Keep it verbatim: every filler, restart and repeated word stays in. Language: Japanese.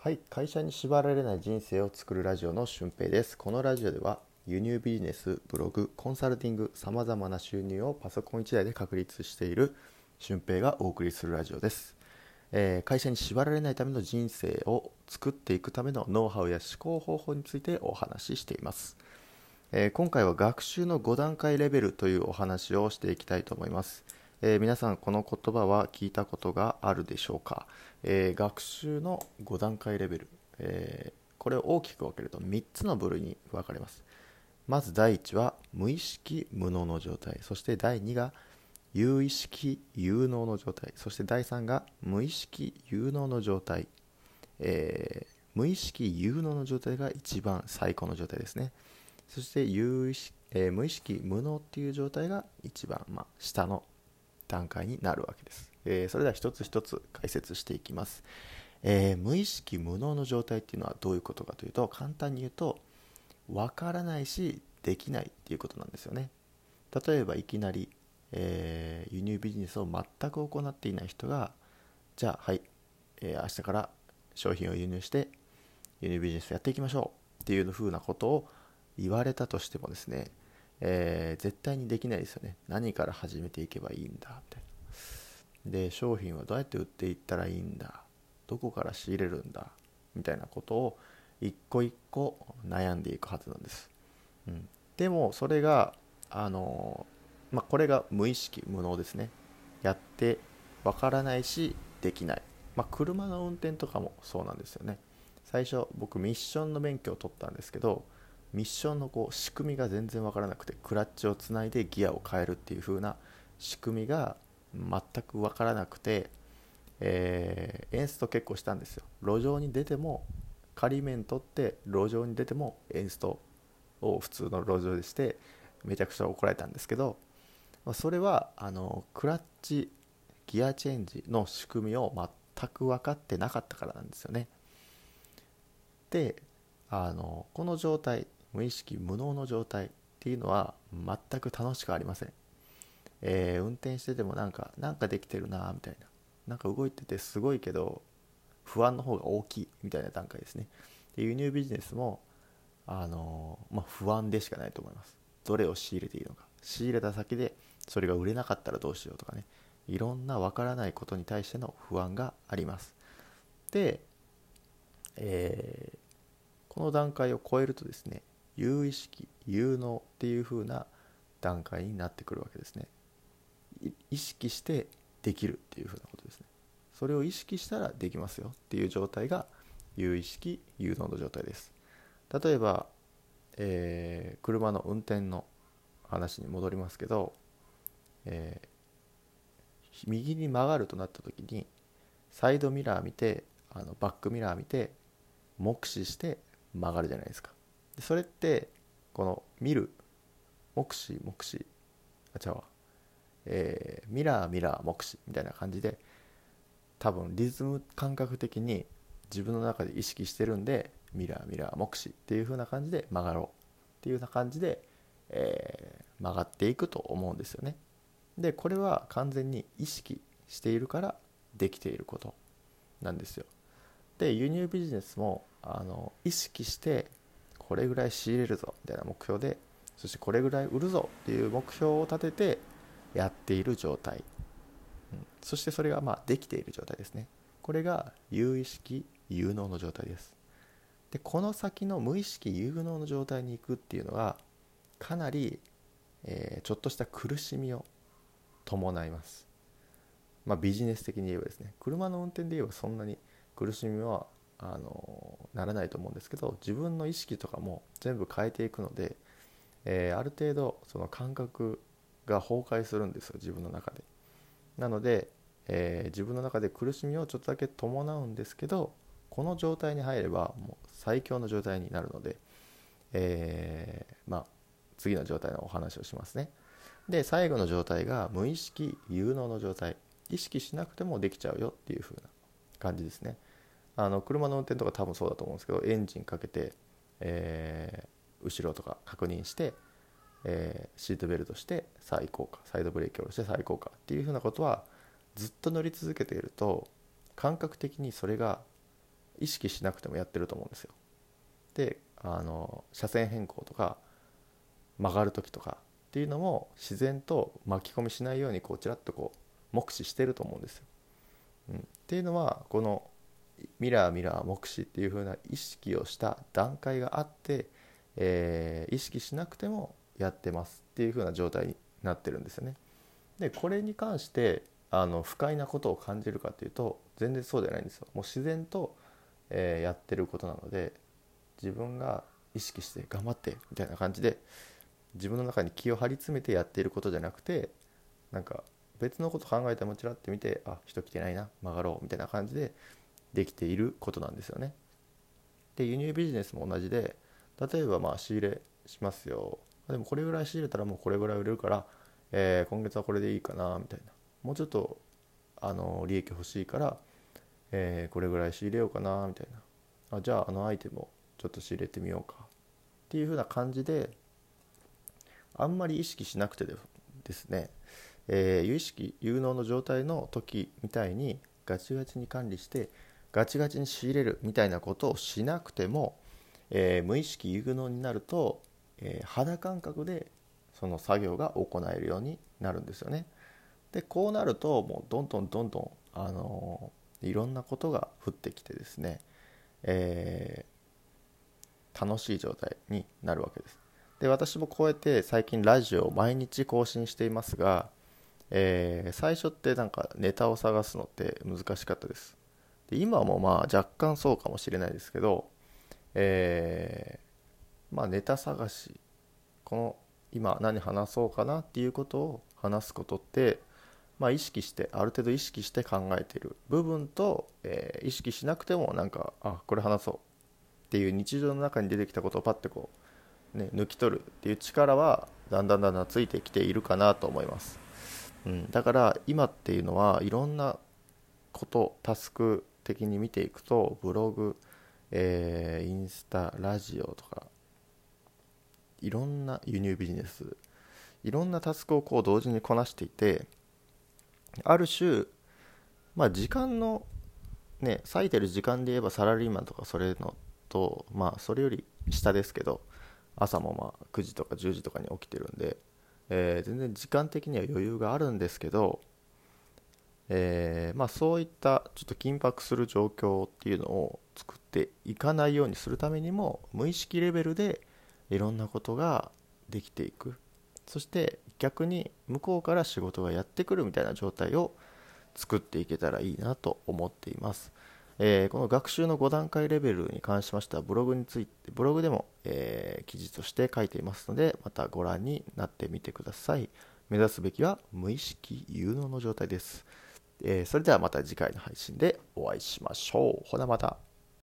はい、会社に縛られない人生を作るラジオの俊平です。このラジオでは輸入ビジネス、ブログ、コンサルティング、さまざまな収入をパソコンいちだいで確立している俊平がお送りするラジオです。えー会社に縛られないための人生を作っていくためのノウハウや思考方法についてお話ししています。えー今回は学習のご段階レベルというお話をしていきたいと思います。えー皆さんこの言葉は聞いたことがあるでしょうか？えー学習のご段階レベル、えーこれを大きく分けるとみっつの部類に分かれます。まずだいいちは無意識無能の状態、そしてだいにが有意識有能の状態、そしてだいさんが無意識有能の状態、えー無意識有能の状態が一番最高の状態ですね。そして有意識、えー無意識無能っていう状態が一番、まあ、下の段階になるわけです。えーそれでは一つ一つ解説していきます。えー無意識無能の状態っていうのはどういうことかというと、簡単に言うとわからないしできないっていうことなんですよね。例えばいきなり、えー輸入ビジネスを全く行っていない人が、じゃあはい、えー明日から商品を輸入して輸入ビジネスやっていきましょうっていうふうなことを言われたとしてもですね、えー絶対にできないですよね。何から始めていけばいいんだみたいな。で、商品はどうやって売っていったらいいんだ、どこから仕入れるんだみたいなことを一個一個悩んでいくはずなんです。うん、でもそれがあのまあこれが無意識無能ですね。やってわからないしできない。まあ車の運転とかもそうなんですよね。最初僕ミッションの免許を取ったんですけど、ミッションのこう仕組みが全然わからなくて、クラッチをつないでギアを変えるっていう風な仕組みが全くわからなくて、えーエンスト結構したんですよ。路上に出ても、仮免取って路上に出てもエンストを普通の路上でしてめちゃくちゃ怒られたんですけど、まあそれはあのクラッチギアチェンジの仕組みを全く分かってなかったからなんですよね。で、あのこの状態、無意識無能の状態っていうのは全く楽しくありません。えー運転しててもなんかなんかできてるなみたいな、なんか動いててすごいけど不安の方が大きいみたいな段階ですね。で、輸入ビジネスもあのまあ、不安でしかないと思います。どれを仕入れていいのか、仕入れた先でそれが売れなかったらどうしようとかね、いろんなわからないことに対しての不安があります。で、えーこの段階を超えるとですね、有意識有能っていう風な段階になってくるわけですね。意識してできるっていう風なことですね。それを意識したらできますよっていう状態が有意識有能の状態です。例えば、えー車の運転の話に戻りますけど、えー右に曲がるとなった時にサイドミラー見て、あのバックミラー見て目視して曲がるじゃないですか。でそれってこの見る、目視目視あ違うわ、えーミラーミラー目視みたいな感じで、多分リズム感覚的に自分の中で意識してるんで、ミラーミラー目視っていう風な感じで曲がろうっていう風な感じで、えー曲がっていくと思うんですよね。でこれは完全に意識しているからできていることなんですよ。で、輸入ビジネスもあの意識してこれぐらい仕入れるぞみたいな目標で、そしてこれぐらい売るぞっていう目標を立ててやっている状態、うん、そしてそれがまあできている状態ですね。これが有意識有能の状態です。でこの先の無意識有能の状態に行くっていうのはかなり、えーちょっとした苦しみを伴います。まあビジネス的に言えばですね、車の運転で言えばそんなに苦しみはあのならないと思うんですけど、自分の意識とかも全部変えていくので、えーある程度その感覚が崩壊するんですよ、自分の中で。なので、えー自分の中で苦しみをちょっとだけ伴うんですけど、この状態に入ればもう最強の状態になるので、えーまあ次の状態のお話をしますね。で、最後の状態が無意識有能の状態、意識しなくてもできちゃうよっていう風な感じですね。あの車の運転とか多分そうだと思うんですけど、エンジンかけて、えー後ろとか確認して、えーシートベルトしてさあ行こうか、サイドブレーキを下ろしてさあ行こうかっていう風なことはずっと乗り続けていると、感覚的にそれが意識しなくてもやってると思うんですよ。であの車線変更とか曲がる時とかっていうのも自然と巻き込みしないようにこうちらっとこう目視してると思うんですよ。うん、っていうのはこのミラーミラー目視っていう風な意識をした段階があって、えー意識しなくてもやってますっていう風な状態になってるんですよね。でこれに関してあの不快なことを感じるかというと全然そうじゃないんですよ。もう自然と、えーやってることなので、自分が意識して頑張ってみたいな感じで自分の中に気を張り詰めてやっていることじゃなくて、なんか別のこと考えてもちらって見て、あ、人来てないな、曲がろうみたいな感じでできていることなんですよね。で輸入ビジネスも同じで、例えばまあ仕入れしますよ、でもこれぐらい仕入れたらもうこれぐらい売れるから、えー今月はこれでいいかなみたいな、もうちょっとあの利益欲しいから、えーこれぐらい仕入れようかなみたいな、あじゃああのアイテムをちょっと仕入れてみようかっていう風な感じで、あんまり意識しなくてですね、えー有意識有能の状態の時みたいにガチガチに管理してガチガチに仕入れるみたいなことをしなくても、えー無意識有能になると、えー肌感覚でその作業が行えるようになるんですよね。でこうなるともうどんどんどんどん、あのーいろんなことが降ってきてですね、えー楽しい状態になるわけです。で私もこうやって最近ラジオを毎日更新していますが、えー最初ってなんかネタを探すのって難しかったです。で今もまあ若干そうかもしれないですけど、えーまあネタ探し、この今何話そうかなっていうことを話すことって、まあ、意識してある程度意識して考えている部分と、えー意識しなくてもなんかあこれ話そうっていう日常の中に出てきたことをパッてこう、ね、抜き取るっていう力はだんだんだんだんついてきているかなと思います。うん、だから今っていうのはいろんなことタスク的に見ていくとブログ、えーインスタラジオとかいろんな輸入ビジネス、いろんなタスクをこう同時にこなしていて、ある種、まあ、時間のね割いてる時間で言えばサラリーマンとかそれのとまあそれより下ですけど、朝もまあくじとかじゅうじとかに起きてるんで、えー全然時間的には余裕があるんですけど、えーまあ、そういったちょっと緊迫する状況っていうのを作っていかないようにするためにも無意識レベルでいろんなことができていく、そして逆に向こうから仕事がやってくるみたいな状態を作っていけたらいいなと思っています。えーこの学習のご段階レベルに関しましてはブログについてブログでも、えー記事として書いていますので、またご覧になってみてください。目指すべきは無意識有能の状態です。えーそれではまた次回の配信でお会いしましょう。ほなまた。